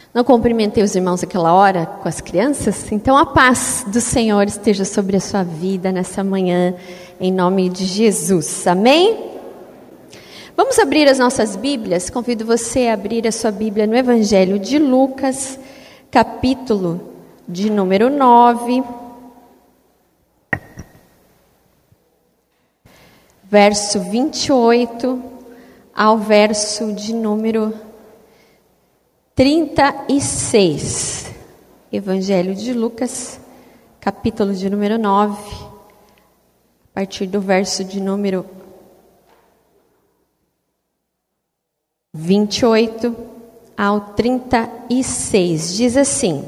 Não cumprimentei os irmãos aquela hora com as crianças? Então a paz do Senhor esteja sobre a sua vida nessa manhã, em nome de Jesus. Amém? Vamos abrir as nossas Bíblias. Convido você a abrir a sua Bíblia no Evangelho de Lucas, capítulo de número 9. Verso 28 ao verso de número 36. Evangelho de Lucas, capítulo de número 9, a partir do verso de número 28 ao 36. Diz assim: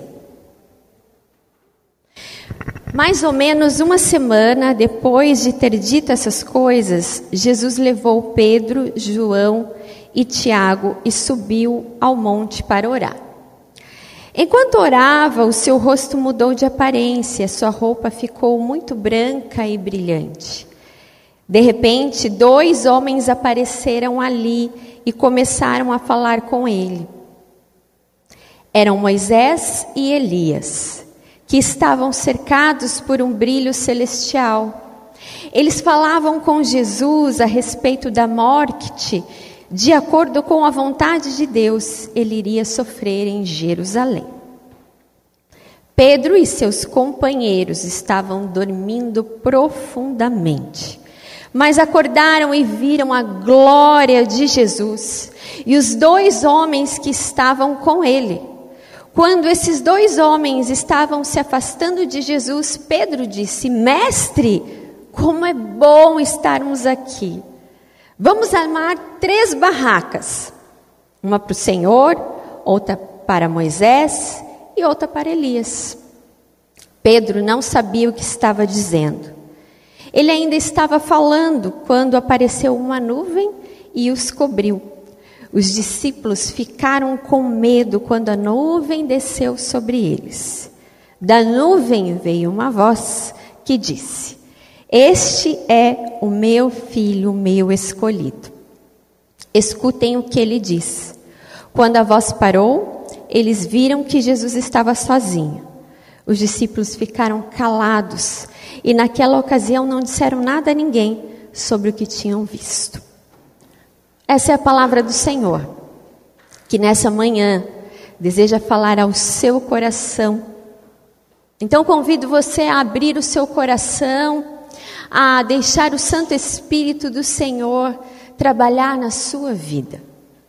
mais ou menos uma semana depois de ter dito essas coisas, Jesus levou Pedro, João e Tiago e subiu ao monte para orar. Enquanto orava, o seu rosto mudou de aparência, sua roupa ficou muito branca e brilhante. De repente, 2 homens apareceram ali e começaram a falar com ele. Eram Moisés e Elias, que estavam cercados por um brilho celestial. Eles falavam com Jesus a respeito da morte. De acordo com a vontade de Deus, ele iria sofrer em Jerusalém. Pedro e seus companheiros estavam dormindo profundamente, mas acordaram e viram a glória de Jesus e os 2 homens que estavam com ele. Quando esses 2 homens estavam se afastando de Jesus, Pedro disse: Mestre, como é bom estarmos aqui. Vamos armar 3 barracas, uma para o Senhor, outra para Moisés e outra para Elias. Pedro não sabia o que estava dizendo. Ele ainda estava falando quando apareceu uma nuvem e os cobriu. Os discípulos ficaram com medo quando a nuvem desceu sobre eles. Da nuvem veio uma voz que disse: Este é o meu filho, o meu escolhido. Escutem o que ele diz. Quando a voz parou, eles viram que Jesus estava sozinho. Os discípulos ficaram calados e naquela ocasião não disseram nada a ninguém sobre o que tinham visto. Essa é a palavra do Senhor, que nessa manhã deseja falar ao seu coração. Então convido você a abrir o seu coração, a deixar o Santo Espírito do Senhor trabalhar na sua vida.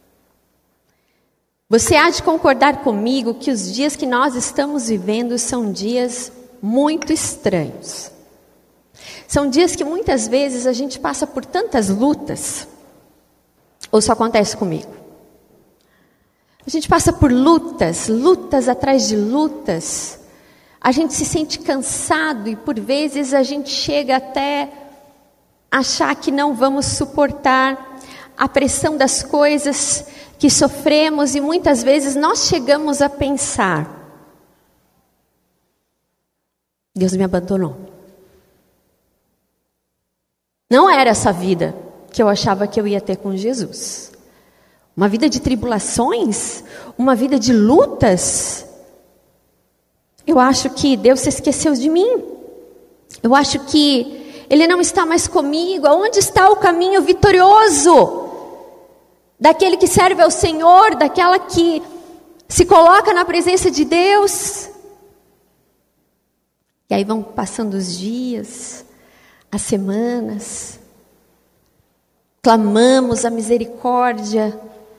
Você há de concordar comigo que os dias que nós estamos vivendo são dias muito estranhos. São dias que muitas vezes a gente passa por tantas lutas. Ou só acontece comigo? A gente passa por lutas atrás de lutas. A gente se sente cansado e por vezes a gente chega até achar que não vamos suportar a pressão das coisas que sofremos e muitas vezes nós chegamos a pensar: Deus me abandonou. Não era essa vida que eu achava que eu ia ter com Jesus. Uma vida de tribulações, uma vida de lutas. Eu acho que Deus se esqueceu de mim. Eu acho que Ele não está mais comigo. Aonde está o caminho vitorioso? Daquele que serve ao Senhor, daquela que se coloca na presença de Deus. E aí vão passando os dias, as semanas. Clamamos a misericórdia.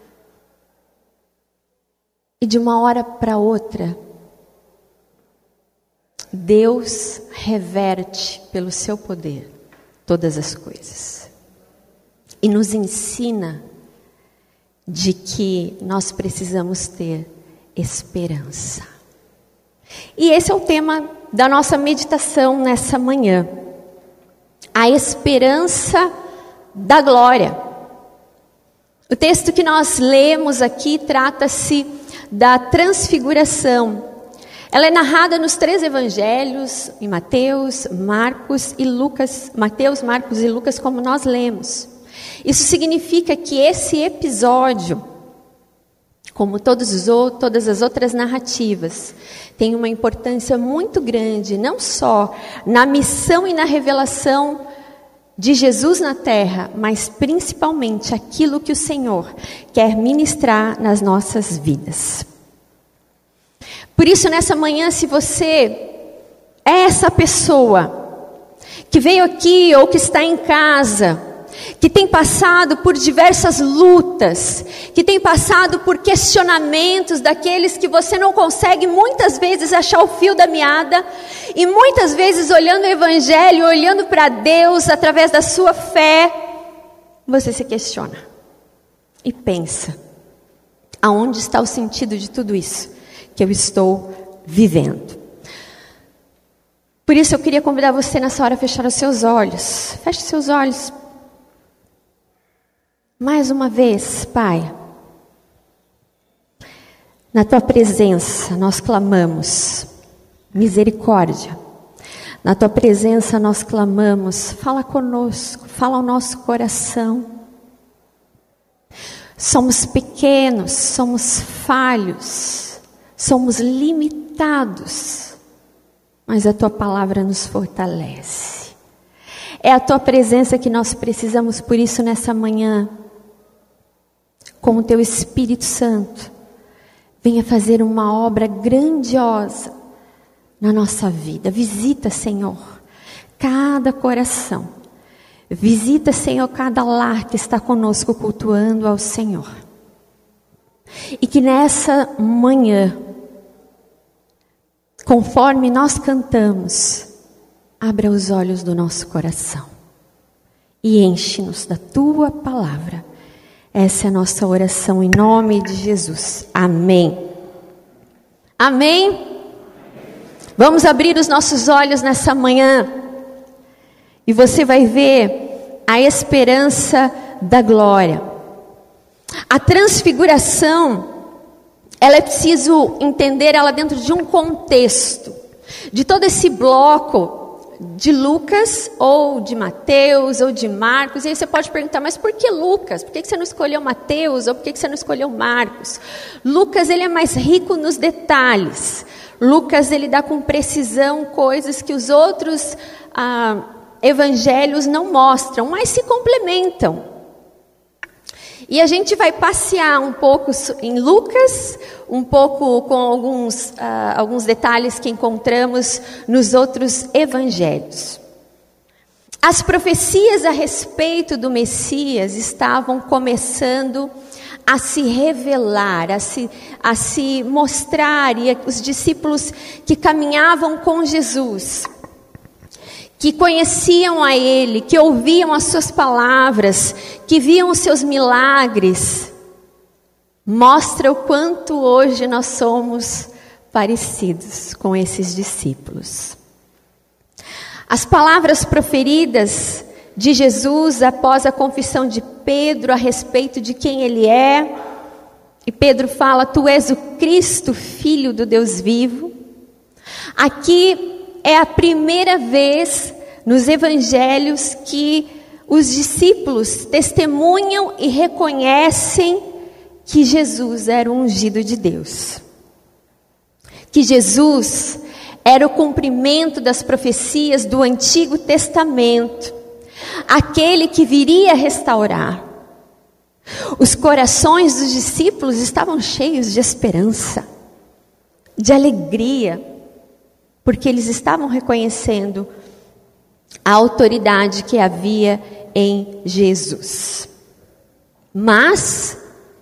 E de uma hora para outra, Deus reverte pelo seu poder todas as coisas. E nos ensina de que nós precisamos ter esperança. E esse é o tema da nossa meditação nessa manhã. A esperança da glória. O texto que nós lemos aqui trata-se da transfiguração. Ela é narrada nos 3 evangelhos, em Mateus, Marcos e Lucas, como nós lemos. Isso significa que esse episódio como todas as outras narrativas, tem uma importância muito grande, não só na missão e na revelação de Jesus na terra, mas principalmente aquilo que o Senhor quer ministrar nas nossas vidas. Por isso, nessa manhã, se você é essa pessoa que veio aqui ou que está em casa, que tem passado por diversas lutas, que tem passado por questionamentos daqueles que você não consegue muitas vezes achar o fio da meada, e muitas vezes olhando o Evangelho, olhando para Deus através da sua fé, você se questiona e pensa: aonde está o sentido de tudo isso que eu estou vivendo? Por isso eu queria convidar você nessa hora a fechar os seus olhos. Feche os seus olhos. Mais uma vez, Pai, na Tua presença nós clamamos misericórdia. Na Tua presença nós clamamos, fala conosco, fala ao nosso coração. Somos pequenos, somos falhos, somos limitados, mas a Tua palavra nos fortalece. É a Tua presença que nós precisamos, por isso nessa manhã, com o Teu Espírito Santo, venha fazer uma obra grandiosa na nossa vida. Visita, Senhor, cada coração. Visita, Senhor, cada lar que está conosco cultuando ao Senhor. E que nessa manhã, conforme nós cantamos, abra os olhos do nosso coração e enche-nos da Tua palavra. Essa é a nossa oração em nome de Jesus. Amém. Amém. Vamos abrir os nossos olhos nessa manhã e você vai ver a esperança da glória. A transfiguração, ela é preciso entender ela dentro de um contexto, de todo esse bloco de Lucas, ou de Mateus, ou de Marcos. E aí você pode perguntar, mas por que Lucas? Por que você não escolheu Mateus? Ou por que você não escolheu Marcos? Lucas, ele é mais rico nos detalhes. Lucas, ele dá com precisão coisas que os outros evangelhos não mostram, mas se complementam. E a gente vai passear um pouco em Lucas, um pouco com alguns detalhes que encontramos nos outros evangelhos. As profecias a respeito do Messias estavam começando a se revelar, a se mostrar, e os discípulos que caminhavam com Jesus, que conheciam a Ele, que ouviam as suas palavras, que viam os seus milagres, mostra o quanto hoje nós somos parecidos com esses discípulos. As palavras proferidas de Jesus após a confissão de Pedro a respeito de quem Ele é, e Pedro fala: Tu és o Cristo, Filho do Deus vivo. Aqui é a primeira vez nos evangelhos que os discípulos testemunham e reconhecem que Jesus era o ungido de Deus. Que Jesus era o cumprimento das profecias do Antigo Testamento. Aquele que viria restaurar. Os corações dos discípulos estavam cheios de esperança, de alegria, porque eles estavam reconhecendo a autoridade que havia em Jesus. Mas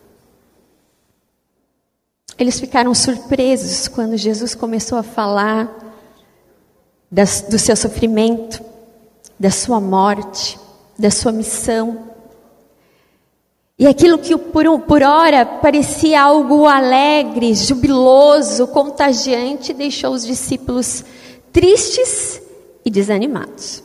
eles ficaram surpresos quando Jesus começou a falar do seu sofrimento, da sua morte, da sua missão. E aquilo que por ora parecia algo alegre, jubiloso, contagiante, deixou os discípulos tristes e desanimados.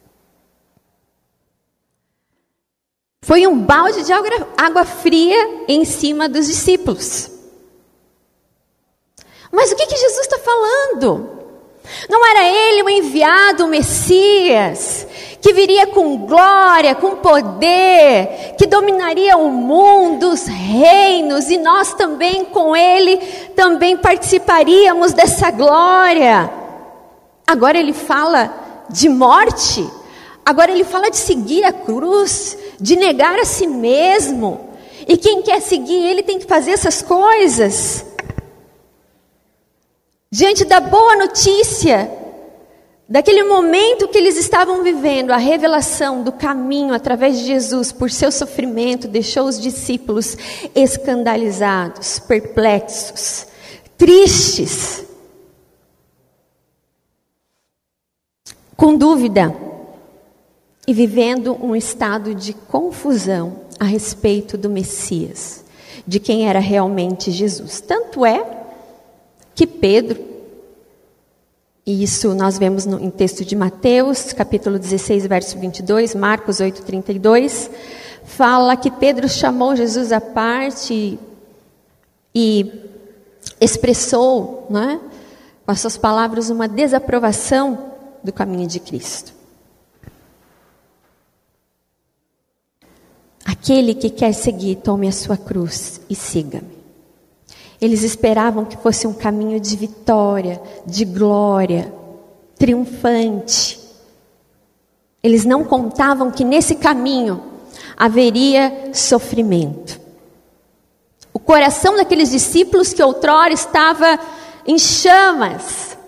Foi um balde de água fria em cima dos discípulos. Mas o que Jesus está falando? Não era ele o enviado, o Messias, que viria com glória, com poder, que dominaria o mundo, os reinos, e nós também com ele também participaríamos dessa glória. Agora ele fala de morte, agora ele fala de seguir a cruz, de negar a si mesmo. E quem quer seguir ele tem que fazer essas coisas. Diante da boa notícia, daquele momento que eles estavam vivendo, a revelação do caminho através de Jesus por seu sofrimento, deixou os discípulos escandalizados, perplexos, tristes, com dúvida e vivendo um estado de confusão a respeito do Messias, de quem era realmente Jesus. Tanto é que Pedro, e isso nós vemos em texto de Mateus, capítulo 16, verso 22, Marcos 8, 32, fala que Pedro chamou Jesus à parte e expressou, né, com as suas palavras, uma desaprovação do caminho de Cristo. Aquele que quer seguir, tome a sua cruz e siga-me. Eles esperavam que fosse um caminho de vitória, de glória, triunfante. Eles não contavam que nesse caminho haveria sofrimento. O coração daqueles discípulos que outrora estava em chamas,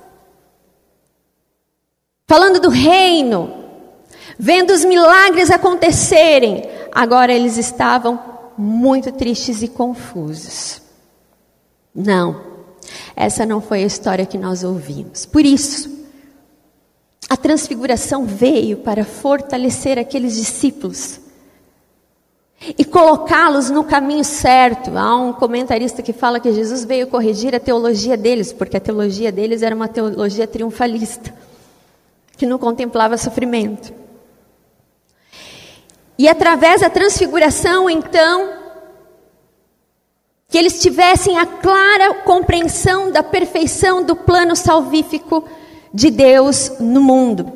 falando do reino, vendo os milagres acontecerem, agora eles estavam muito tristes e confusos. Não, essa não foi a história que nós ouvimos. Por isso, a transfiguração veio para fortalecer aqueles discípulos e colocá-los no caminho certo. Há um comentarista que fala que Jesus veio corrigir a teologia deles, porque a teologia deles era uma teologia triunfalista, que não contemplava sofrimento. E através da transfiguração, então, que eles tivessem a clara compreensão da perfeição do plano salvífico de Deus no mundo.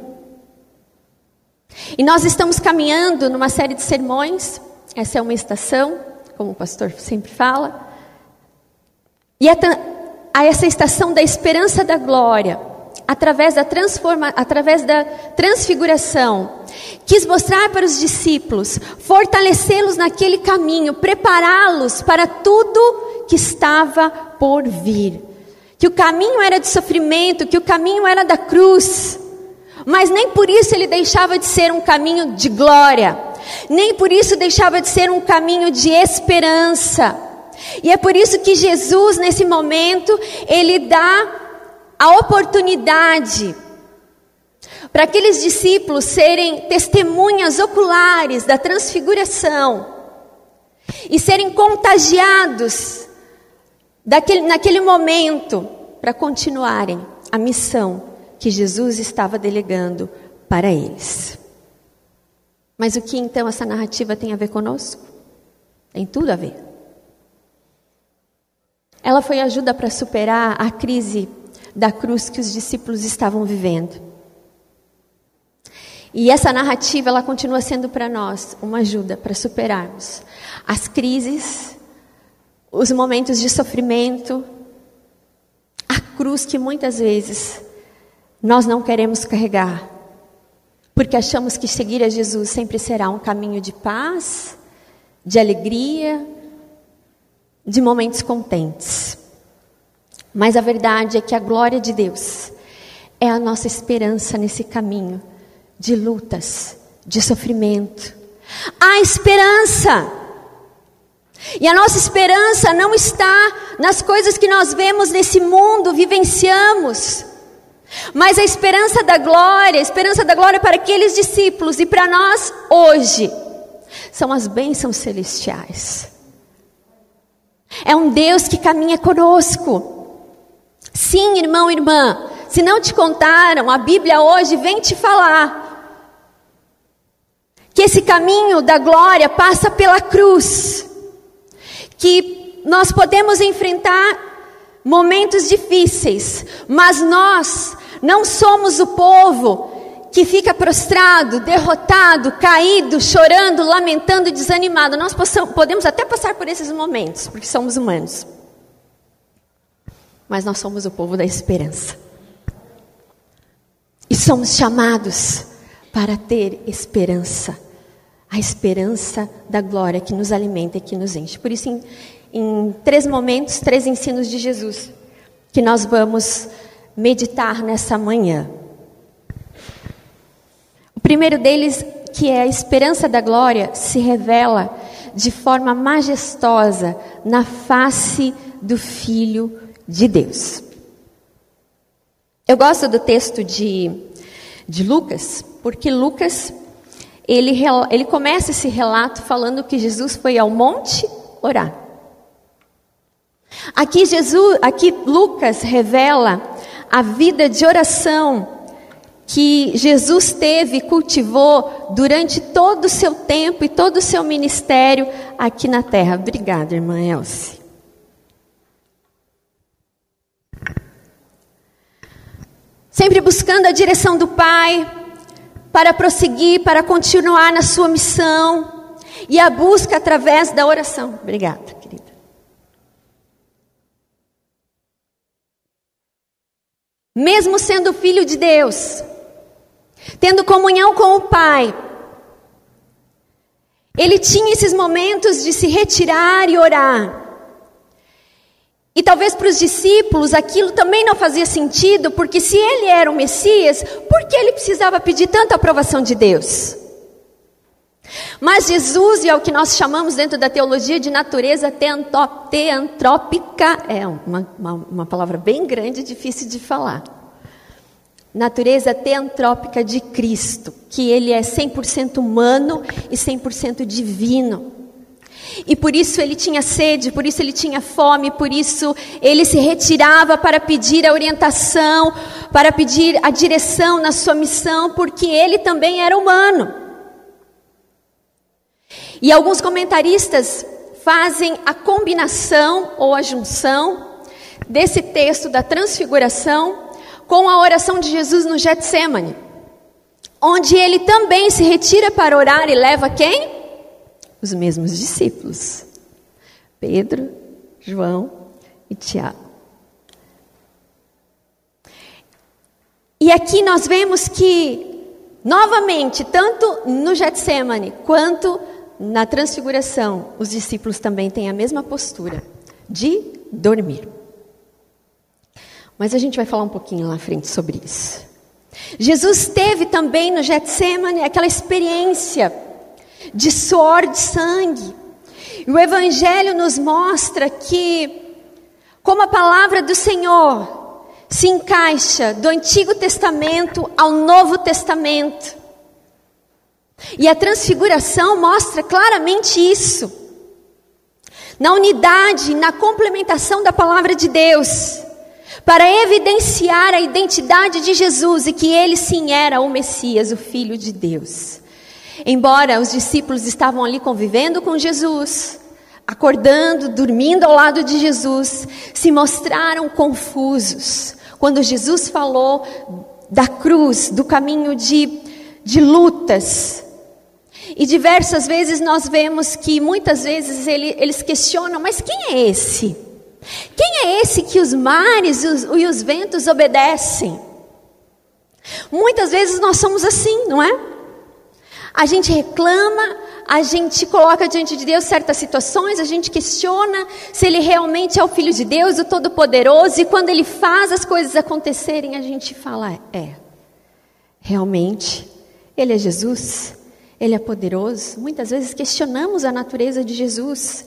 E nós estamos caminhando numa série de sermões, essa é uma estação, como o pastor sempre fala, e a essa estação da esperança da glória, através da transfiguração, quis mostrar para os discípulos, fortalecê-los naquele caminho, prepará-los para tudo que estava por vir. Que o caminho era de sofrimento, que o caminho era da cruz, mas nem por isso ele deixava de ser um caminho de glória, nem por isso deixava de ser um caminho de esperança. E é por isso que Jesus, nesse momento, ele dá a oportunidade para aqueles discípulos serem testemunhas oculares da transfiguração e serem contagiados naquele momento para continuarem a missão que Jesus estava delegando para eles. Mas o que então essa narrativa tem a ver conosco? Tem tudo a ver. Ela foi ajuda para superar a crise da cruz que os discípulos estavam vivendo. E essa narrativa, ela continua sendo para nós uma ajuda para superarmos as crises, os momentos de sofrimento, a cruz que muitas vezes nós não queremos carregar, porque achamos que seguir a Jesus sempre será um caminho de paz, de alegria, de momentos contentes. Mas a verdade é que a glória de Deus é a nossa esperança nesse caminho de lutas, de sofrimento. Há esperança. E a nossa esperança não está nas coisas que nós vemos nesse mundo, vivenciamos. Mas a esperança da glória para aqueles discípulos e para nós hoje, são as bênçãos celestiais. É um Deus que caminha conosco. Sim, irmão e irmã, se não te contaram, a Bíblia hoje vem te falar que esse caminho da glória passa pela cruz, que nós podemos enfrentar momentos difíceis, mas nós Não somos o povo que fica prostrado, derrotado, caído, chorando, lamentando, desanimado. Nós podemos até passar por esses momentos, porque somos humanos. Mas nós somos o povo da esperança. E somos chamados para ter esperança. A esperança da glória que nos alimenta e que nos enche. Por isso, em 3 momentos, 3 ensinos de Jesus, que nós vamos meditar nessa manhã. O primeiro deles, que é a esperança da glória, se revela de forma majestosa na face do Filho de Deus. Eu gosto do texto de Lucas, porque Lucas, ele começa esse relato falando que Jesus foi ao monte orar. Aqui Lucas revela a vida de oração que Jesus teve e cultivou durante todo o seu tempo e todo o seu ministério aqui na terra. Obrigada, irmã Elce. Sempre buscando a direção do Pai para prosseguir, para continuar na sua missão, e a busca através da oração. Obrigada, querida. Mesmo sendo filho de Deus, tendo comunhão com o Pai, ele tinha esses momentos de se retirar e orar. E talvez para os discípulos aquilo também não fazia sentido, porque se ele era o Messias, por que ele precisava pedir tanta aprovação de Deus? Mas Jesus, e é o que nós chamamos dentro da teologia de natureza teantrópica, é uma palavra bem grande e difícil de falar. Natureza teantrópica de Cristo, que ele é 100% humano e 100% divino. E por isso ele tinha sede, por isso ele tinha fome, por isso ele se retirava para pedir a orientação, para pedir a direção na sua missão, porque ele também era humano. E alguns comentaristas fazem a combinação ou a junção desse texto da transfiguração com a oração de Jesus no Getsêmani, onde ele também se retira para orar e leva quem? Os mesmos discípulos, Pedro, João e Tiago. E aqui nós vemos que, novamente, tanto no Getsêmani quanto na transfiguração, os discípulos também têm a mesma postura de dormir. Mas a gente vai falar um pouquinho lá na frente sobre isso. Jesus teve também no Getsêmani aquela experiência de suor de sangue. E o Evangelho nos mostra que, como a palavra do Senhor se encaixa do Antigo Testamento ao Novo Testamento. E a transfiguração mostra claramente isso. Na unidade, na complementação da palavra de Deus, para evidenciar a identidade de Jesus e que ele sim era o Messias, o Filho de Deus. Embora os discípulos estavam ali convivendo com Jesus, acordando, dormindo ao lado de Jesus, se mostraram confusos quando Jesus falou da cruz, do caminho de lutas. E diversas vezes nós vemos que muitas vezes eles questionam, mas quem é esse? Quem é esse que os mares e os ventos obedecem? Muitas vezes nós somos assim, não é? A gente reclama, a gente coloca diante de Deus certas situações, a gente questiona se ele realmente é o Filho de Deus, o Todo-Poderoso, e quando ele faz as coisas acontecerem, a gente fala, realmente, ele é Jesus, ele é poderoso. Muitas vezes questionamos a natureza de Jesus.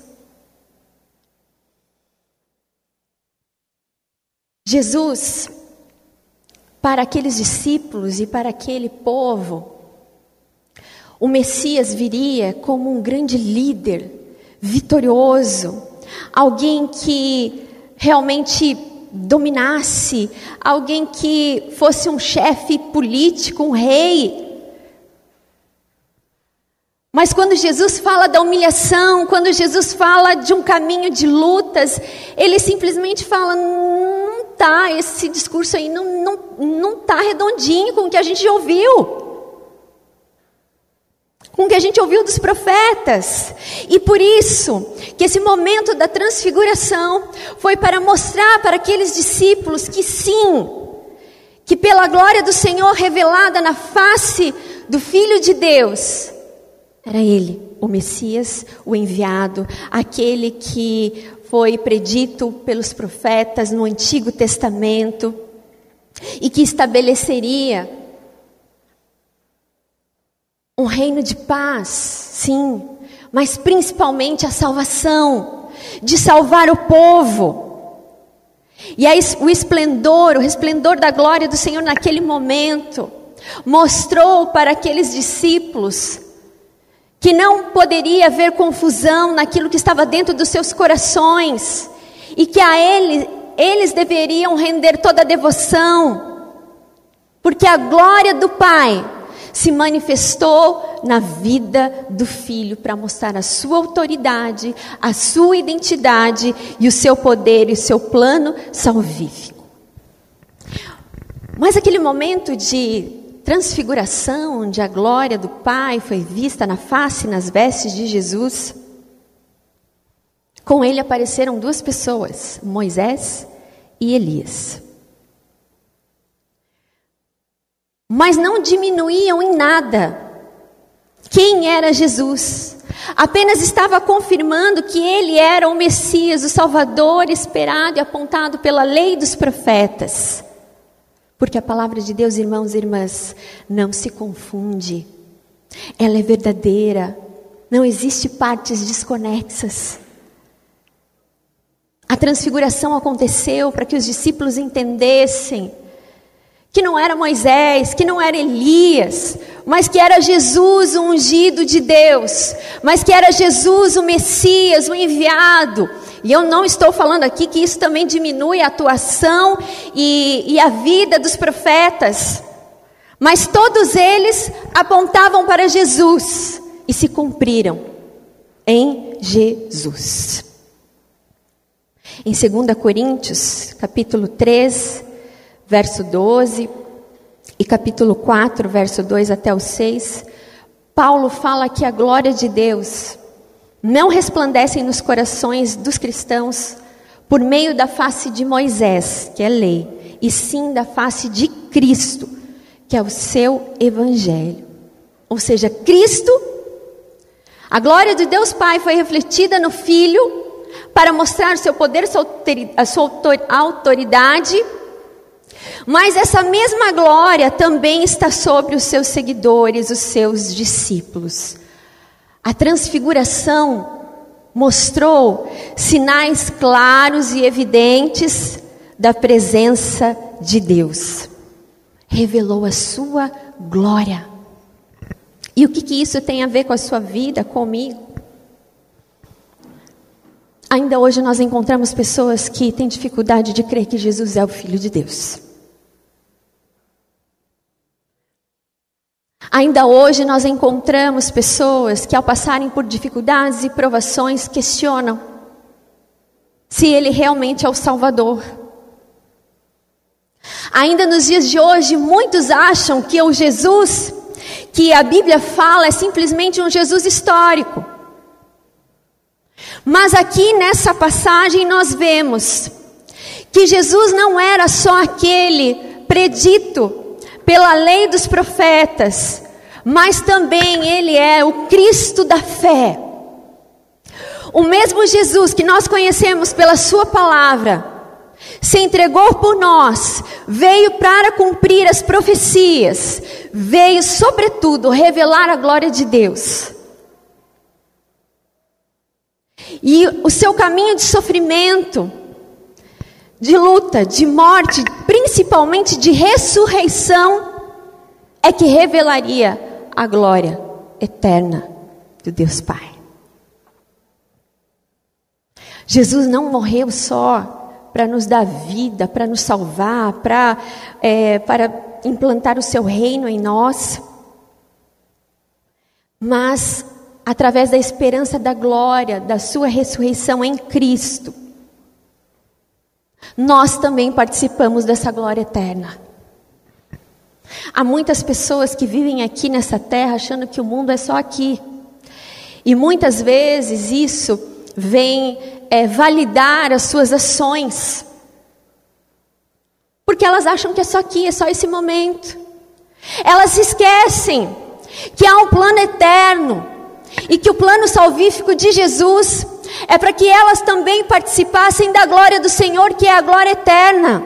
Jesus, para aqueles discípulos e para aquele povo, o Messias viria como um grande líder, vitorioso, alguém que realmente dominasse, alguém que fosse um chefe político, um rei. Mas quando Jesus fala da humilhação, quando Jesus fala de um caminho de lutas, ele simplesmente fala, não tá, esse discurso aí não tá redondinho com o que a gente ouviu. Com o que a gente ouviu dos profetas. E por isso, que esse momento da transfiguração foi para mostrar para aqueles discípulos que sim, que pela glória do Senhor revelada na face do Filho de Deus, era Ele, o Messias, o enviado, aquele que foi predito pelos profetas no Antigo Testamento e que estabeleceria um reino de paz, sim, mas principalmente a salvação, de salvar o povo. E aí o resplendor da glória do Senhor naquele momento, mostrou para aqueles discípulos que não poderia haver confusão naquilo que estava dentro dos seus corações, e que a eles deveriam render toda a devoção, porque a glória do Pai se manifestou na vida do Filho para mostrar a sua autoridade, a sua identidade e o seu poder e o seu plano salvífico. Mas aquele momento de transfiguração, onde a glória do Pai foi vista na face e nas vestes de Jesus, com ele apareceram duas pessoas, Moisés e Elias. Mas não diminuíam em nada quem era Jesus. Apenas estava confirmando que ele era o Messias, o Salvador esperado e apontado pela lei dos profetas. Porque a palavra de Deus, irmãos e irmãs, não se confunde. Ela é verdadeira. Não existe partes desconexas. A transfiguração aconteceu para que os discípulos entendessem que não era Moisés, que não era Elias, mas que era Jesus, o ungido de Deus, mas que era Jesus, o Messias, o enviado. E eu não estou falando aqui que isso também diminui a atuação e a vida dos profetas, mas todos eles apontavam para Jesus e se cumpriram em Jesus. Em 2 Coríntios, capítulo 3, verso 12, e capítulo 4, verso 2 até o 6, Paulo fala que a glória de Deus não resplandece nos corações dos cristãos por meio da face de Moisés, que é lei, e sim da face de Cristo, que é o seu evangelho. Ou seja, Cristo, a glória de Deus Pai foi refletida no Filho para mostrar o seu poder, a sua autoridade. Mas essa mesma glória também está sobre os seus seguidores, os seus discípulos. A transfiguração mostrou sinais claros e evidentes da presença de Deus. Revelou a sua glória. E o que isso tem a ver com a sua vida, comigo? Ainda hoje nós encontramos pessoas que têm dificuldade de crer que Jesus é o Filho de Deus. Ainda hoje nós encontramos pessoas que ao passarem por dificuldades e provações questionam se Ele realmente é o Salvador. Ainda nos dias de hoje muitos acham que o Jesus que a Bíblia fala é simplesmente um Jesus histórico. Mas aqui nessa passagem nós vemos que Jesus não era só aquele predito pela lei dos profetas, mas também Ele é o Cristo da fé. O mesmo Jesus que nós conhecemos pela sua palavra, se entregou por nós, veio para cumprir as profecias, veio sobretudo revelar a glória de Deus. E o seu caminho de sofrimento, de luta, de morte, principalmente de ressurreição, é que revelaria a glória eterna do Deus Pai. Jesus não morreu só para nos dar vida, para nos salvar, para implantar o seu reino em nós, mas através da esperança da glória, da sua ressurreição em Cristo, nós também participamos dessa glória eterna. Há muitas pessoas que vivem aqui nessa terra achando que o mundo é só aqui. E muitas vezes isso vem validar as suas ações. Porque elas acham que é só aqui, é só esse momento. Elas se esquecem que há um plano eterno. E que o plano salvífico de Jesus é para que elas também participassem da glória do Senhor, que é a glória eterna.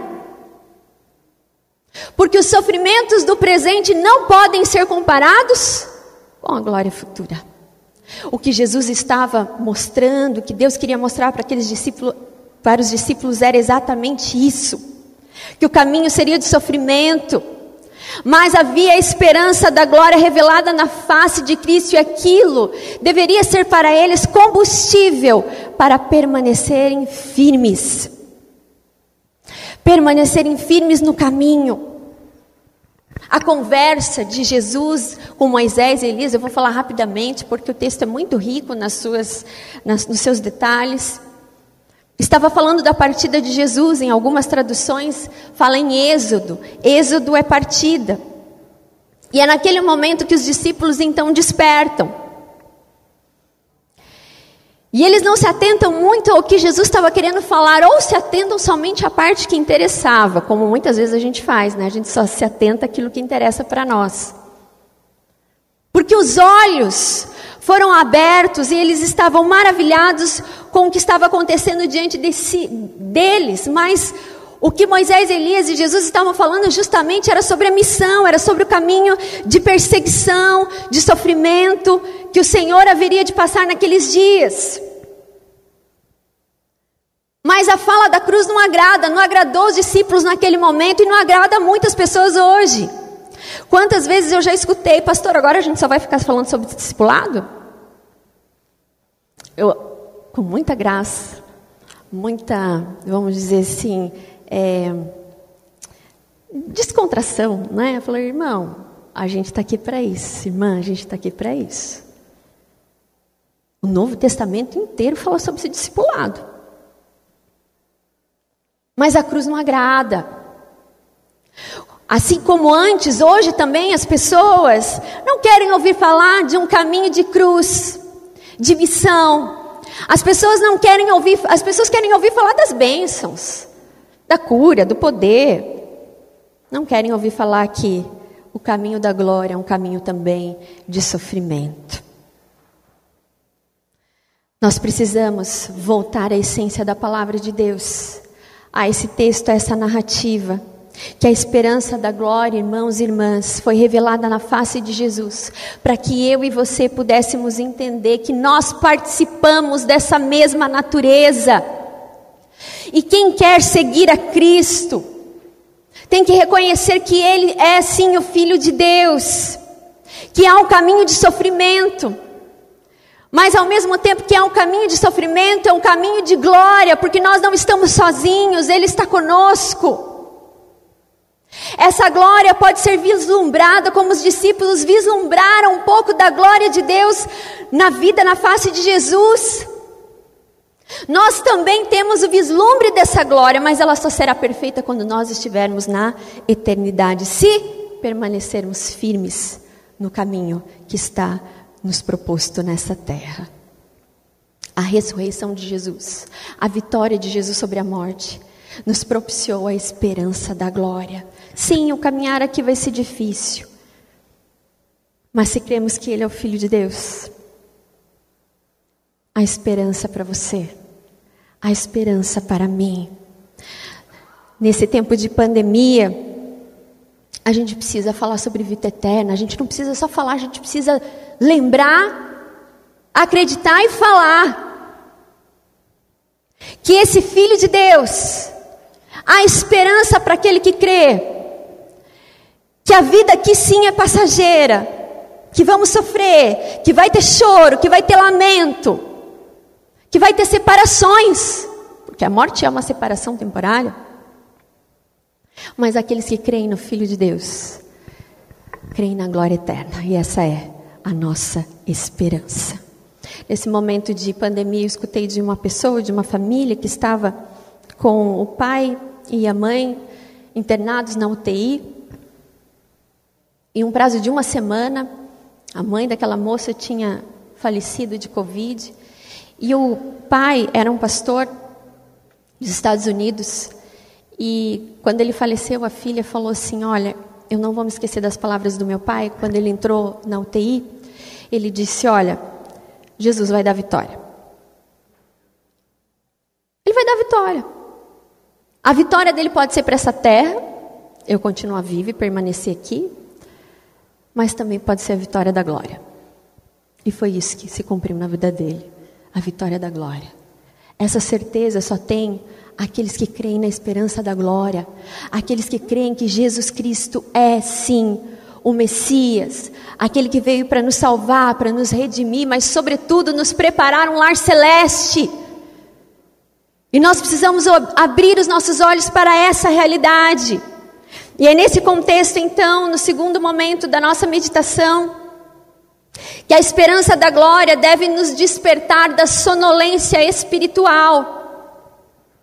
Porque os sofrimentos do presente não podem ser comparados com a glória futura. O que Jesus estava mostrando, que Deus queria mostrar para aqueles discípulos, para os discípulos, era exatamente isso. Que o caminho seria de sofrimento, mas havia a esperança da glória revelada na face de Cristo, e aquilo deveria ser para eles combustível para permanecerem firmes. Permanecerem firmes no caminho. A conversa de Jesus com Moisés e Elias, eu vou falar rapidamente, porque o texto é muito rico nos seus detalhes. Estava falando da partida de Jesus, em algumas traduções fala em êxodo. Êxodo é partida. E é naquele momento que os discípulos então despertam. E eles não se atentam muito ao que Jesus estava querendo falar, ou se atentam somente à parte que interessava, como muitas vezes a gente faz, né? A gente só se atenta àquilo que interessa para nós. Porque os olhos foram abertos e eles estavam maravilhados com o que estava acontecendo diante deles, mas o que Moisés, Elias e Jesus estavam falando justamente era sobre a missão, era sobre o caminho de perseguição, de sofrimento, que o Senhor haveria de passar naqueles dias. Mas a fala da cruz não agradou os discípulos naquele momento e não agrada muitas pessoas hoje. Quantas vezes eu já escutei, pastor, agora a gente só vai ficar falando sobre discipulado? Com muita graça, muita, vamos dizer assim, descontração, né? Eu falei, irmão, a gente está aqui para isso, irmã, a gente está aqui para isso. O Novo Testamento inteiro fala sobre esse discipulado. Mas a cruz não agrada. Assim como antes, hoje também as pessoas não querem ouvir falar de um caminho de cruz, de missão. As pessoas querem ouvir falar das bênçãos, da cura, do poder. Não querem ouvir falar que o caminho da glória é um caminho também de sofrimento. Nós precisamos voltar à essência da palavra de Deus, a esse texto, a essa narrativa, que a esperança da glória, irmãos e irmãs, foi revelada na face de Jesus, para que eu e você pudéssemos entender que nós participamos dessa mesma natureza. E quem quer seguir a Cristo, tem que reconhecer que Ele é sim o Filho de Deus, que há um caminho de sofrimento, mas ao mesmo tempo que há um caminho de sofrimento, é um caminho de glória, porque nós não estamos sozinhos, Ele está conosco. Essa glória pode ser vislumbrada como os discípulos vislumbraram um pouco da glória de Deus na vida, na face de Jesus. Nós também temos o vislumbre dessa glória, mas ela só será perfeita quando nós estivermos na eternidade, se permanecermos firmes no caminho que está nos proposto nessa terra. A ressurreição de Jesus, a vitória de Jesus sobre a morte, nos propiciou a esperança da glória. Sim, o caminhar aqui vai ser difícil, mas se cremos que Ele é o Filho de Deus, a esperança para você, a esperança para mim. Nesse tempo de pandemia, a gente precisa falar sobre vida eterna. A gente não precisa só falar, a gente precisa lembrar, acreditar e falar que esse Filho de Deus, a esperança para aquele que crê, que a vida aqui sim é passageira, que vamos sofrer, que vai ter choro, que vai ter lamento, que vai ter separações, porque a morte é uma separação temporária. Mas aqueles que creem no Filho de Deus, creem na glória eterna, e essa é a nossa esperança. Nesse momento de pandemia, eu escutei de uma pessoa, de uma família que estava com o pai e a mãe internados na UTI. Em um prazo de uma semana, a mãe daquela moça tinha falecido de Covid. E o pai era um pastor dos Estados Unidos. E quando ele faleceu, a filha falou assim: olha, eu não vou me esquecer das palavras do meu pai. Quando ele entrou na UTI, ele disse: olha, Jesus vai dar vitória. Ele vai dar vitória. A vitória dele pode ser para essa terra, eu continuar viva e permanecer aqui, mas também pode ser a vitória da glória. E foi isso que se cumpriu na vida dele, a vitória da glória. Essa certeza só tem aqueles que creem na esperança da glória, aqueles que creem que Jesus Cristo é sim o Messias, aquele que veio para nos salvar, para nos redimir, mas sobretudo nos preparar um lar celeste. E nós precisamos abrir os nossos olhos para essa realidade. E é nesse contexto, então, no segundo momento da nossa meditação, que a esperança da glória deve nos despertar da sonolência espiritual.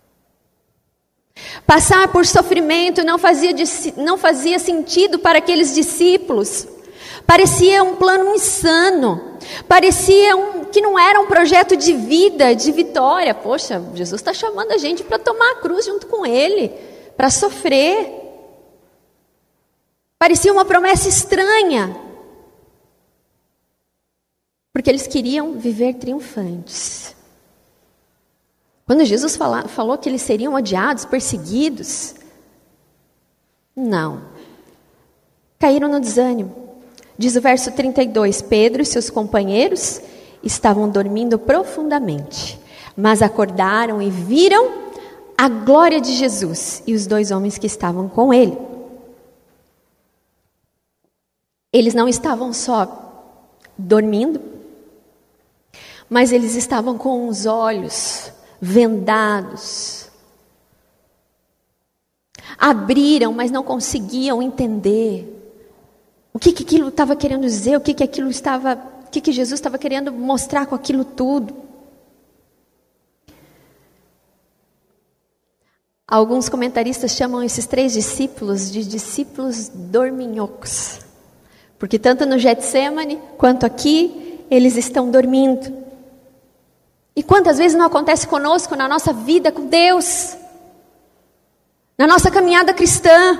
Passar por sofrimento não fazia sentido para aqueles discípulos. Parecia um plano insano. Parecia que não era um projeto de vida, de vitória. Poxa, Jesus está chamando a gente para tomar a cruz junto com Ele, para sofrer. Parecia uma promessa estranha. Porque eles queriam viver triunfantes. Quando Jesus falou que eles seriam odiados, perseguidos, não. Caíram no desânimo. Diz o verso 32, Pedro e seus companheiros estavam dormindo profundamente, mas acordaram e viram a glória de Jesus e os dois homens que estavam com ele. Eles não estavam só dormindo, mas eles estavam com os olhos vendados. Abriram, mas não conseguiam entender o que aquilo estava querendo dizer, o que Jesus estava querendo mostrar com aquilo tudo. Alguns comentaristas chamam esses 3 discípulos de discípulos dorminhocos, porque tanto no Getsemane quanto aqui eles estão dormindo. E quantas vezes não acontece conosco na nossa vida com Deus, na nossa caminhada cristã?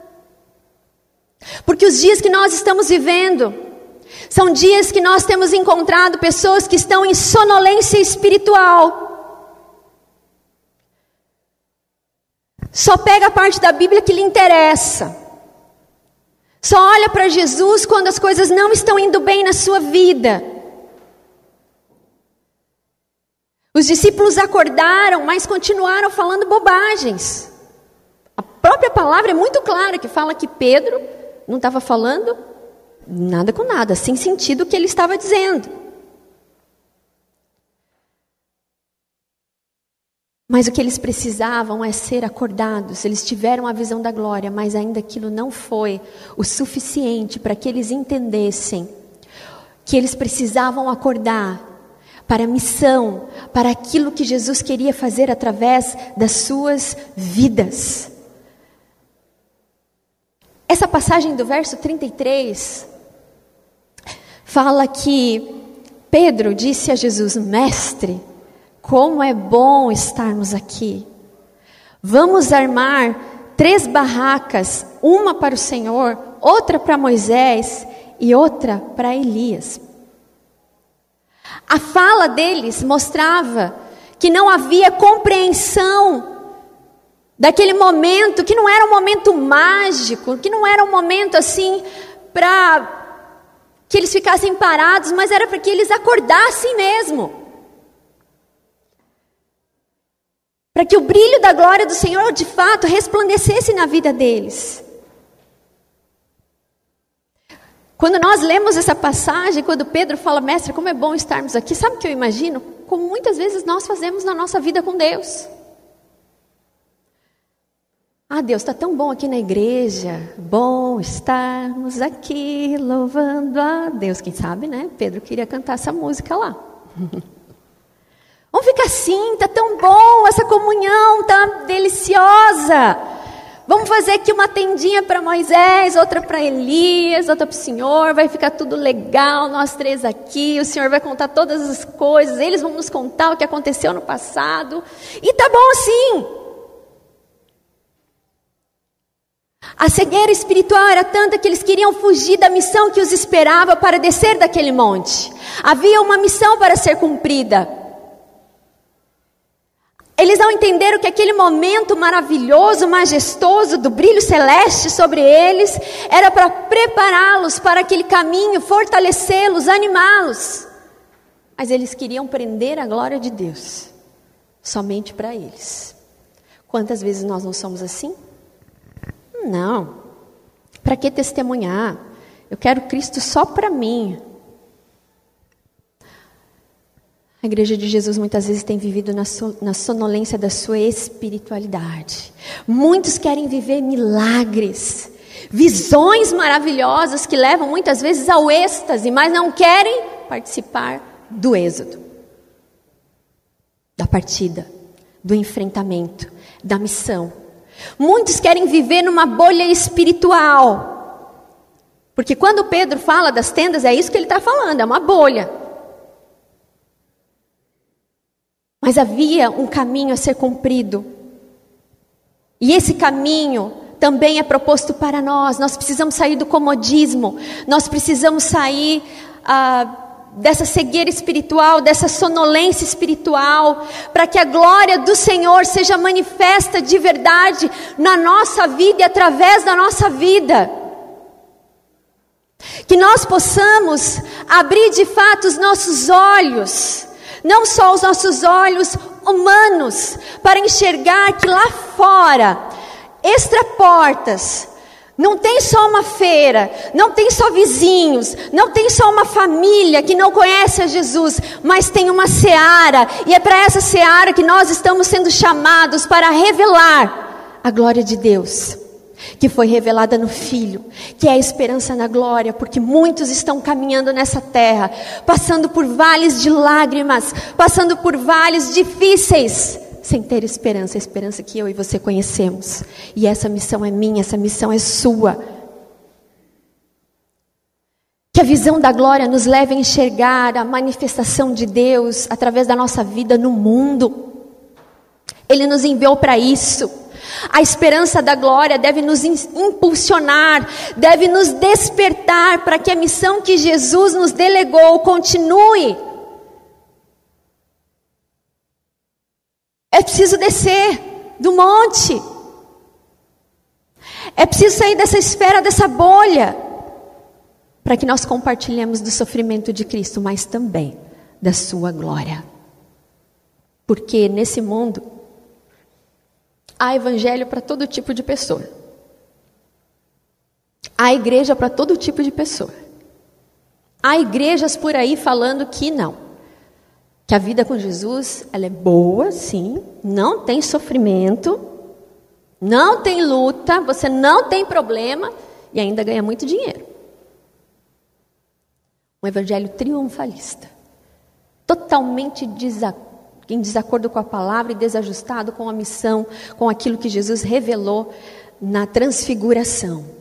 Porque os dias que nós estamos vivendo são dias que nós temos encontrado pessoas que estão em sonolência espiritual. Só pega a parte da Bíblia que lhe interessa. Só olha para Jesus quando as coisas não estão indo bem na sua vida. Os discípulos acordaram, mas continuaram falando bobagens. A própria palavra é muito clara que fala que Pedro não estava falando nada com nada, sem sentido o que ele estava dizendo. Mas o que eles precisavam é ser acordados. Eles tiveram a visão da glória, mas ainda aquilo não foi o suficiente para que eles entendessem que eles precisavam acordar para a missão, para aquilo que Jesus queria fazer através das suas vidas. Essa passagem do verso 33 fala que Pedro disse a Jesus: Mestre, como é bom estarmos aqui. Vamos armar 3 barracas, uma para o Senhor, outra para Moisés e outra para Elias. A fala deles mostrava que não havia compreensão daquele momento, que não era um momento mágico, que não era um momento assim para que eles ficassem parados, mas era para que eles acordassem mesmo. Para que o brilho da glória do Senhor de fato resplandecesse na vida deles. Quando nós lemos essa passagem, quando Pedro fala: Mestre, como é bom estarmos aqui, sabe o que eu imagino? Como muitas vezes nós fazemos na nossa vida com Deus. Ah, Deus, está tão bom aqui na igreja, bom estarmos aqui louvando a Deus. Quem sabe, né? Pedro queria cantar essa música lá. Vamos ficar assim, tá tão bom, essa comunhão tá deliciosa. Vamos fazer aqui uma tendinha para Moisés, outra para Elias, outra para o Senhor, vai ficar tudo legal, nós três aqui, o Senhor vai contar todas as coisas, eles vão nos contar o que aconteceu no passado, e tá bom assim. A cegueira espiritual era tanta que eles queriam fugir da missão que os esperava para descer daquele monte. Havia uma missão para ser cumprida. Eles não entenderam que aquele momento maravilhoso, majestoso, do brilho celeste sobre eles, era para prepará-los para aquele caminho, fortalecê-los, animá-los. Mas eles queriam prender a glória de Deus, somente para eles. Quantas vezes nós não somos assim? Não. Para que testemunhar? Eu quero Cristo só para mim. A igreja de Jesus muitas vezes tem vivido na sonolência da sua espiritualidade. Muitos querem viver milagres, visões maravilhosas que levam muitas vezes ao êxtase, mas não querem participar do êxodo, da partida, do enfrentamento, da missão. Muitos querem viver numa bolha espiritual, porque quando Pedro fala das tendas, é isso que ele está falando, é uma bolha. Mas havia um caminho a ser cumprido. E esse caminho também é proposto para nós. Nós precisamos sair do comodismo. Nós precisamos sair dessa cegueira espiritual, dessa sonolência espiritual, para que a glória do Senhor seja manifesta de verdade na nossa vida e através da nossa vida. Que nós possamos abrir de fato os nossos olhos, não só os nossos olhos humanos, para enxergar que lá fora, extra portas, não tem só uma feira, não tem só vizinhos, não tem só uma família que não conhece a Jesus, mas tem uma seara, e é para essa seara que nós estamos sendo chamados para revelar a glória de Deus, que foi revelada no Filho, que é a esperança na glória, porque muitos estão caminhando nessa terra, passando por vales de lágrimas, passando por vales difíceis, sem ter esperança, a esperança que eu e você conhecemos. E essa missão é minha, essa missão é sua. Que a visão da glória nos leve a enxergar a manifestação de Deus através da nossa vida no mundo. Ele nos enviou para isso. A esperança da glória deve nos impulsionar, deve nos despertar para que a missão que Jesus nos delegou continue. É preciso descer do monte. É preciso sair dessa esfera, dessa bolha, para que nós compartilhemos do sofrimento de Cristo, mas também da sua glória. Porque nesse mundo há evangelho para todo tipo de pessoa. Há igreja para todo tipo de pessoa. Há igrejas por aí falando que não. Que a vida com Jesus, ela é boa, sim. Não tem sofrimento. Não tem luta. Você não tem problema. E ainda ganha muito dinheiro. Um evangelho triunfalista. Totalmente em desacordo com a palavra e desajustado com a missão, com aquilo que Jesus revelou na transfiguração.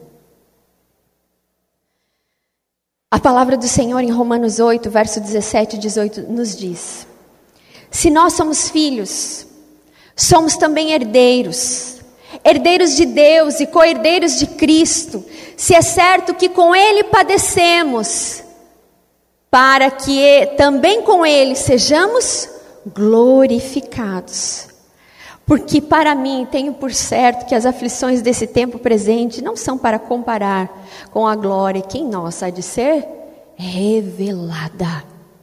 A palavra do Senhor em Romanos 8, verso 17 e 18 nos diz: se nós somos filhos, somos também herdeiros, herdeiros de Deus e co-herdeiros de Cristo, se é certo que com Ele padecemos, para que também com Ele sejamos glorificados. Porque para mim tenho por certo que as aflições desse tempo presente não são para comparar com a glória que em nós há de ser revelada.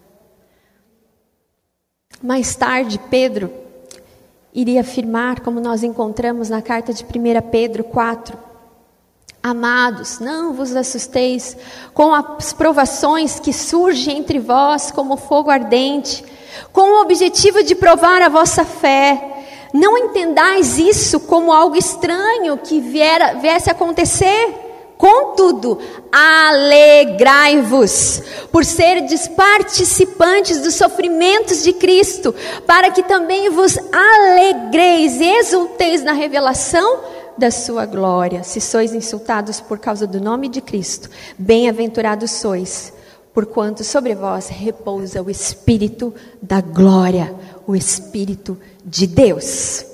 Mais tarde, Pedro iria afirmar, como nós encontramos na carta de 1 Pedro 4, amados, não vos assusteis com as provações que surgem entre vós como fogo ardente, com o objetivo de provar a vossa fé. Não entendais isso como algo estranho que viesse a acontecer Contudo, alegrai-vos por serdes participantes dos sofrimentos de Cristo, para que também vos alegreis e exulteis na revelação da sua glória. Se sois insultados por causa do nome de Cristo, bem-aventurados sois, porquanto sobre vós repousa o Espírito da glória, o Espírito de Deus.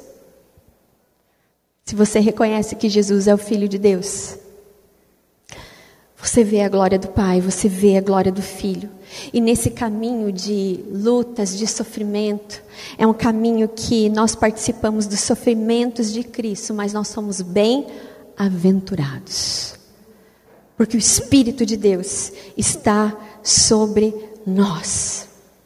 Se você reconhece que Jesus é o Filho de Deus, você vê a glória do Pai, você vê a glória do Filho. E nesse caminho de lutas, de sofrimento, é um caminho que nós participamos dos sofrimentos de Cristo, mas nós somos bem-aventurados. Porque o Espírito de Deus está sobre nós.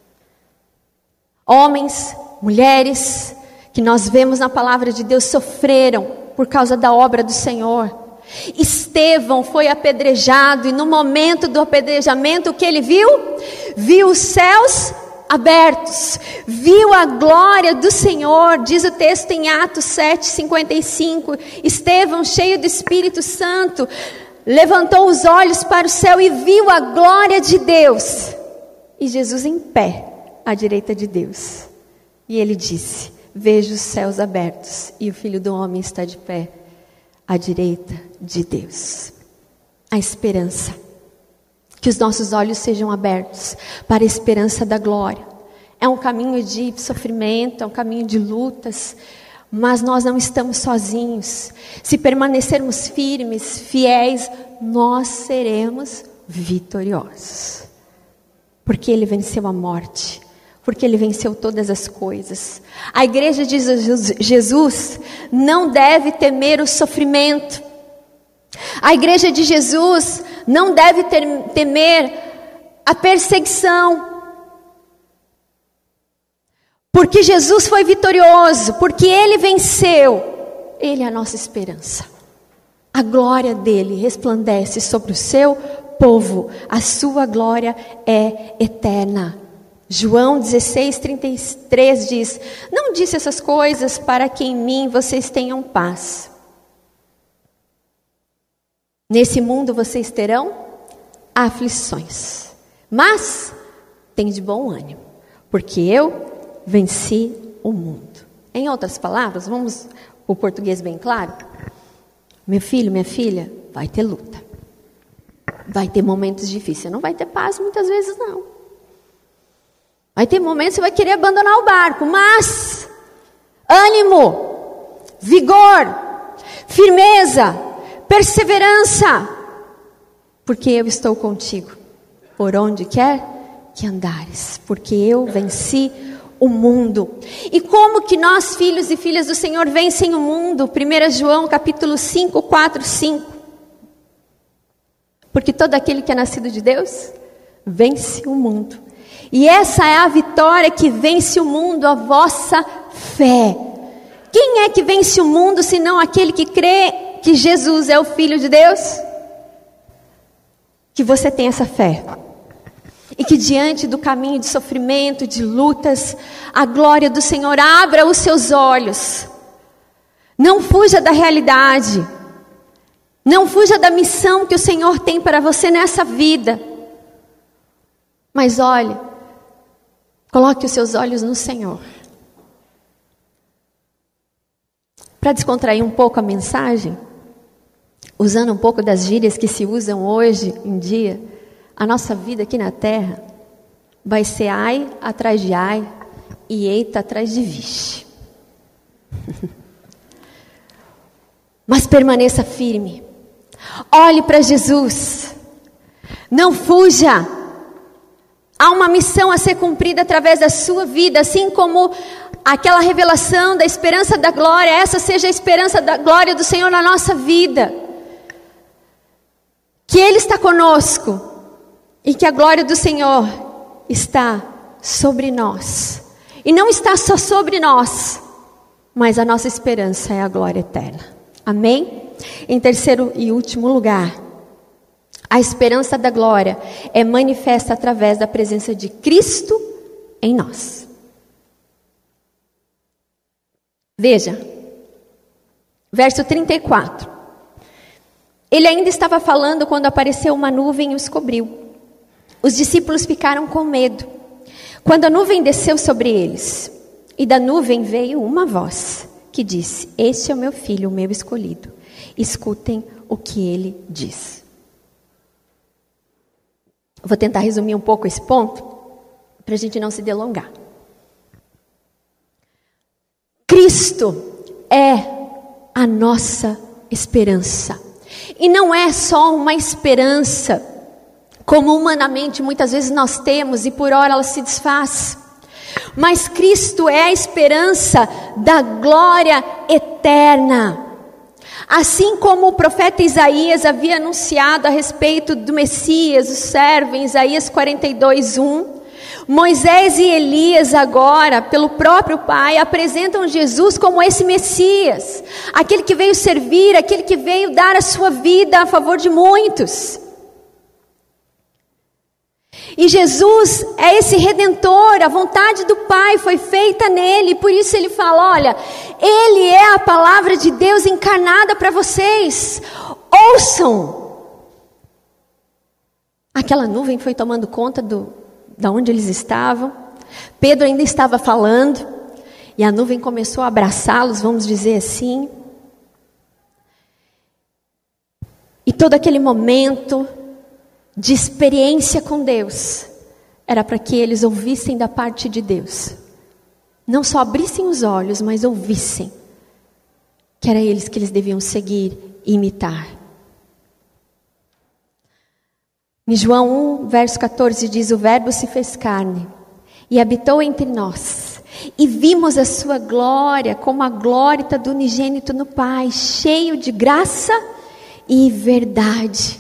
Homens, mulheres, que nós vemos na palavra de Deus, sofreram por causa da obra do Senhor. Estevão foi apedrejado, e no momento do apedrejamento, o que ele viu? Viu os céus abertos, viu a glória do Senhor. Diz o texto em Atos 7:55, Estevão, cheio do Espírito Santo, levantou os olhos para o céu e viu a glória de Deus, e Jesus em pé, à direita de Deus. E ele disse: vejo os céus abertos, e o Filho do Homem está de pé à direita de Deus. A esperança. Que os nossos olhos sejam abertos para a esperança da glória. É um caminho de sofrimento, é um caminho de lutas, mas nós não estamos sozinhos. Se permanecermos firmes, fiéis, nós seremos vitoriosos. Porque Ele venceu a morte. Porque Ele venceu todas as coisas. A igreja de Jesus não deve temer o sofrimento. A igreja de Jesus não deve temer a perseguição. Porque Jesus foi vitorioso, porque Ele venceu. Ele é a nossa esperança. A glória dEle resplandece sobre o seu povo. A sua glória é eterna. João 16:33 diz: não disse essas coisas para que em mim vocês tenham paz. Nesse mundo vocês terão aflições, mas tem de bom ânimo, porque eu venci o mundo. Em outras palavras, vamos o português bem claro. Meu filho, minha filha, vai ter luta. Vai ter momentos difíceis. Não vai ter paz muitas vezes não. Vai ter momentos que você vai querer abandonar o barco, mas ânimo, vigor, firmeza, perseverança, porque eu estou contigo, por onde quer que andares, porque eu venci o mundo. E como que nós, filhos e filhas do Senhor, vencem o mundo? 1 João capítulo 5, 4, 5. Porque todo aquele que é nascido de Deus, vence o mundo. E essa é a vitória que vence o mundo, a vossa fé. Quem é que vence o mundo, senão aquele que crê que Jesus é o Filho de Deus? Que você tenha essa fé. E que diante do caminho de sofrimento, de lutas, a glória do Senhor abra os seus olhos. Não fuja da realidade. Não fuja da missão que o Senhor tem para você nessa vida. Mas olhe, coloque os seus olhos no Senhor. Para descontrair um pouco a mensagem, usando um pouco das gírias que se usam hoje em dia, a nossa vida aqui na terra vai ser ai atrás de ai e eita atrás de vixe. Mas permaneça firme. Olhe para Jesus. Não fuja. Há uma missão a ser cumprida através da sua vida, assim como aquela revelação da esperança da glória, essa seja a esperança da glória do Senhor na nossa vida. Que Ele está conosco e que a glória do Senhor está sobre nós. E não está só sobre nós, mas a nossa esperança é a glória eterna. Amém? Em terceiro e último lugar, a esperança da glória é manifesta através da presença de Cristo em nós. Veja, verso 34. Ele ainda estava falando quando apareceu uma nuvem e os cobriu. Os discípulos ficaram com medo. Quando a nuvem desceu sobre eles, e da nuvem veio uma voz que disse: este é o meu filho, o meu escolhido. Escutem o que ele diz. Vou tentar resumir um pouco esse ponto, para a gente não se delongar. Cristo é a nossa esperança. E não é só uma esperança, como humanamente muitas vezes nós temos e por hora ela se desfaz. Mas Cristo é a esperança da glória eterna. Assim como o profeta Isaías havia anunciado a respeito do Messias, o servo, em Isaías 42:1, Moisés e Elias agora, pelo próprio Pai, apresentam Jesus como esse Messias, aquele que veio servir, aquele que veio dar a sua vida a favor de muitos. E Jesus é esse Redentor, a vontade do Pai foi feita nele, por isso ele fala: olha, ele é a palavra de Deus encarnada para vocês, ouçam. Aquela nuvem foi tomando conta da onde eles estavam. Pedro ainda estava falando, e a nuvem começou a abraçá-los, vamos dizer assim. E todo aquele momento de experiência com Deus era para que eles ouvissem da parte de Deus. Não só abrissem os olhos, mas ouvissem que era eles que eles deviam seguir e imitar. Em João 1, verso 14 diz: o verbo se fez carne e habitou entre nós, e vimos a sua glória como a glória do unigênito no Pai, cheio de graça e verdade.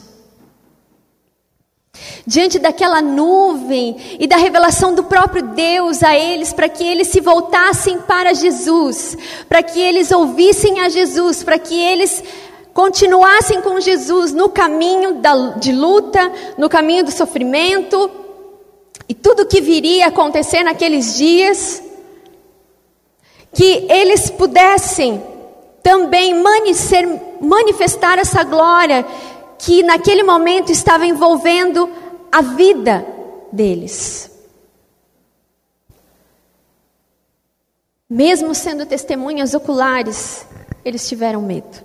Diante daquela nuvem e da revelação do próprio Deus a eles, para que eles se voltassem para Jesus, para que eles ouvissem a Jesus, para que eles continuassem com Jesus no caminho de luta, no caminho do sofrimento, e tudo que viria a acontecer naqueles dias, que eles pudessem também manifestar essa glória que naquele momento estava envolvendo a vida deles. Mesmo sendo testemunhas oculares, eles tiveram medo.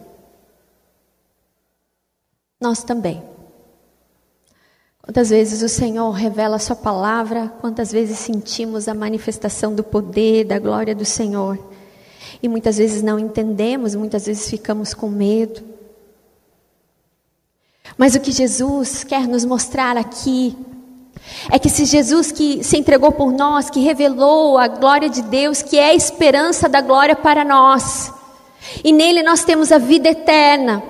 Nós também. Quantas vezes o Senhor revela a sua palavra, quantas vezes sentimos a manifestação do poder, da glória do Senhor. E muitas vezes não entendemos, muitas vezes ficamos com medo. Mas o que Jesus quer nos mostrar aqui é que se Jesus que se entregou por nós, que revelou a glória de Deus, que é a esperança da glória para nós, e nele nós temos a vida eterna,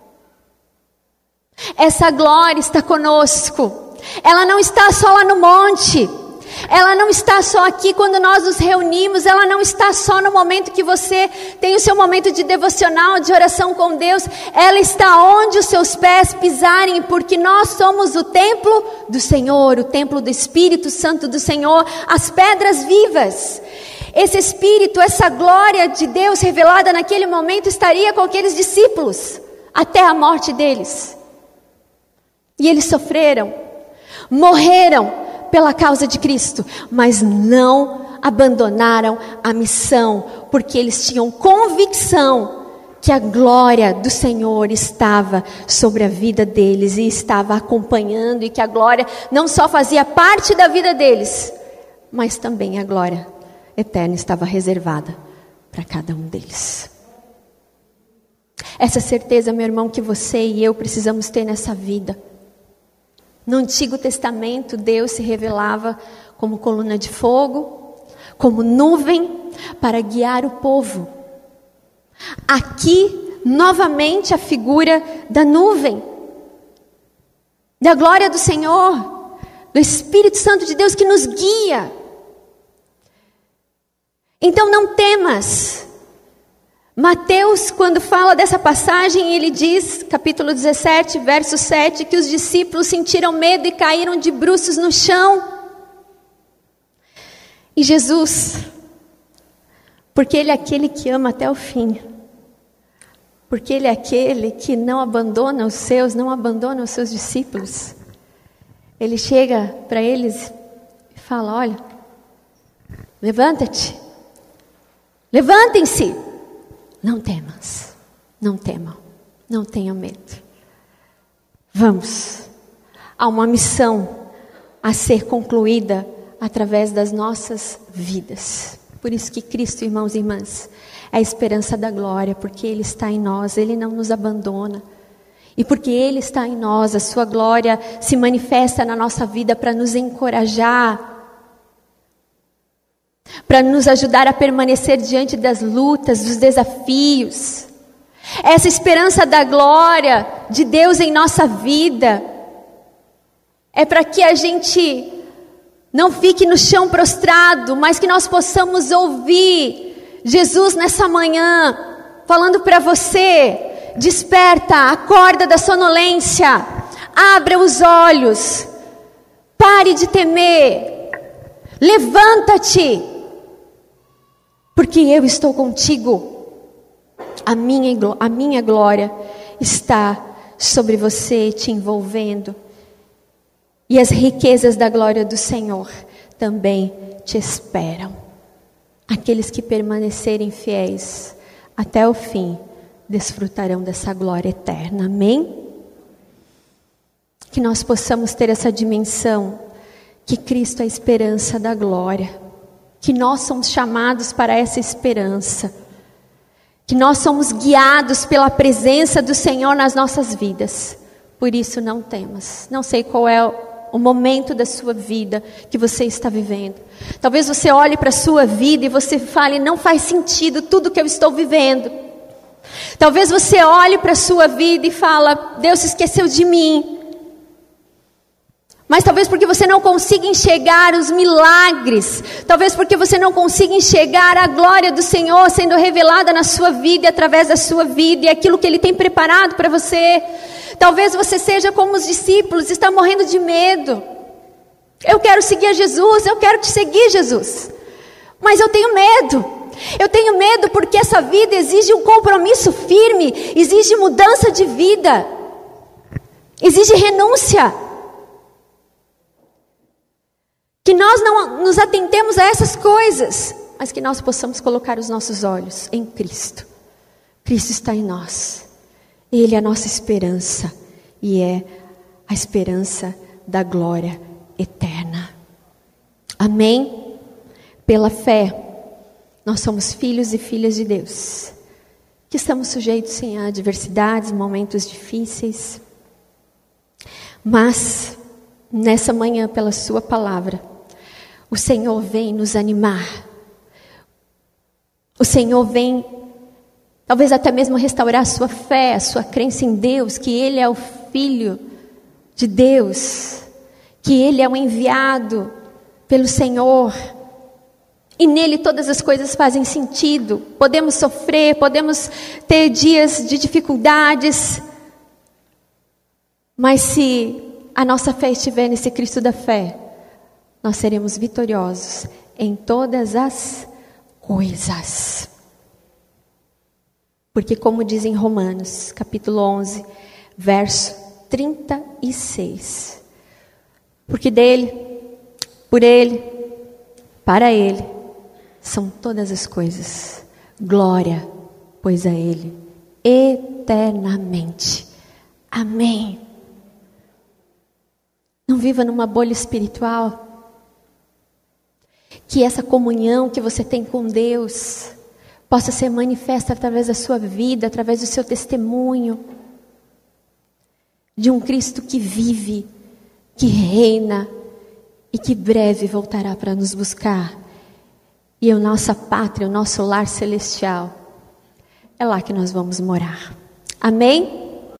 essa glória está conosco. Ela não está só lá no monte, ela não está só aqui quando nós nos reunimos, ela não está só no momento que você tem o seu momento de devocional, de oração com Deus. Ela está onde os seus pés pisarem, porque nós somos o templo do Senhor, o templo do Espírito Santo do Senhor, as pedras vivas. Esse Espírito, essa glória de Deus revelada naquele momento estaria com aqueles discípulos até a morte deles. E eles sofreram, morreram pela causa de Cristo, mas não abandonaram a missão, porque eles tinham convicção que a glória do Senhor estava sobre a vida deles e estava acompanhando, e que a glória não só fazia parte da vida deles, mas também a glória eterna estava reservada para cada um deles. Essa certeza, meu irmão, que você e eu precisamos ter nessa vida. No Antigo Testamento, Deus se revelava como coluna de fogo, como nuvem, para guiar o povo. Aqui, novamente, a figura da nuvem, da glória do Senhor, do Espírito Santo de Deus que nos guia. Então não temas. Mateus, quando fala dessa passagem, ele diz, capítulo 17, verso 7, que os discípulos sentiram medo e caíram de bruços no chão. E Jesus, porque Ele é aquele que ama até o fim, Porque Ele é aquele que não abandona os seus, não abandona os seus discípulos. Ele chega para eles e fala: olha, levanta-te, levantem-se, não temas, não temam, não tenham medo. Vamos, há uma missão a ser concluída através das nossas vidas. Por isso que Cristo, irmãos e irmãs, é a esperança da glória, porque Ele está em nós, Ele não nos abandona. E porque Ele está em nós, a sua glória se manifesta na nossa vida para nos encorajar, para nos ajudar a permanecer diante das lutas, dos desafios. Essa esperança da glória de Deus em nossa vida é para que a gente não fique no chão prostrado, mas que nós possamos ouvir Jesus nessa manhã falando para você: desperta, acorda da sonolência, abra os olhos, pare de temer, levanta-te, porque eu estou contigo. A minha glória está sobre você, te envolvendo. E as riquezas da glória do Senhor também te esperam. Aqueles que permanecerem fiéis até o fim desfrutarão dessa glória eterna. Amém? Que nós possamos ter essa dimensão, que Cristo é a esperança da glória, que nós somos chamados para essa esperança, que nós somos guiados pela presença do Senhor nas nossas vidas. Por isso não temas. Não sei qual é o momento da sua vida que você está vivendo. Talvez você olhe para a sua vida e você fale: não faz sentido tudo que eu estou vivendo. Talvez você olhe para a sua vida e fala: Deus se esqueceu de mim. Mas talvez porque você não consiga enxergar os milagres, talvez porque você não consiga enxergar a glória do Senhor sendo revelada na sua vida e através da sua vida, e aquilo que Ele tem preparado para você. Talvez você seja como os discípulos, está morrendo de medo. Eu quero seguir a Jesus, eu quero te seguir, Jesus. Mas eu tenho medo. Eu tenho medo porque essa vida exige um compromisso firme, exige mudança de vida, exige renúncia. Que nós não nos atentemos a essas coisas, mas que nós possamos colocar os nossos olhos em Cristo. Cristo está em nós. Ele é a nossa esperança e é a esperança da glória eterna. Amém? Pela fé, nós somos filhos e filhas de Deus, que estamos sujeitos sim a adversidades, momentos difíceis, mas nessa manhã, pela sua palavra, o Senhor vem nos animar. O Senhor vem, talvez até mesmo restaurar a sua fé, a sua crença em Deus, que Ele é o Filho de Deus, que Ele é o enviado pelo Senhor. E nele todas as coisas fazem sentido. Podemos sofrer, podemos ter dias de dificuldades, mas se a nossa fé estiver nesse Cristo da fé, nós seremos vitoriosos em todas as coisas. Porque como diz em Romanos, capítulo 11, verso 36. Porque dele, por ele, para ele, são todas as coisas. Glória, pois a ele, eternamente. Amém. Não viva numa bolha espiritual. Que essa comunhão que você tem com Deus possa ser manifesta através da sua vida, através do seu testemunho. De um Cristo que vive, que reina e que breve voltará para nos buscar. E a nossa pátria, o nosso lar celestial, é lá que nós vamos morar. Amém?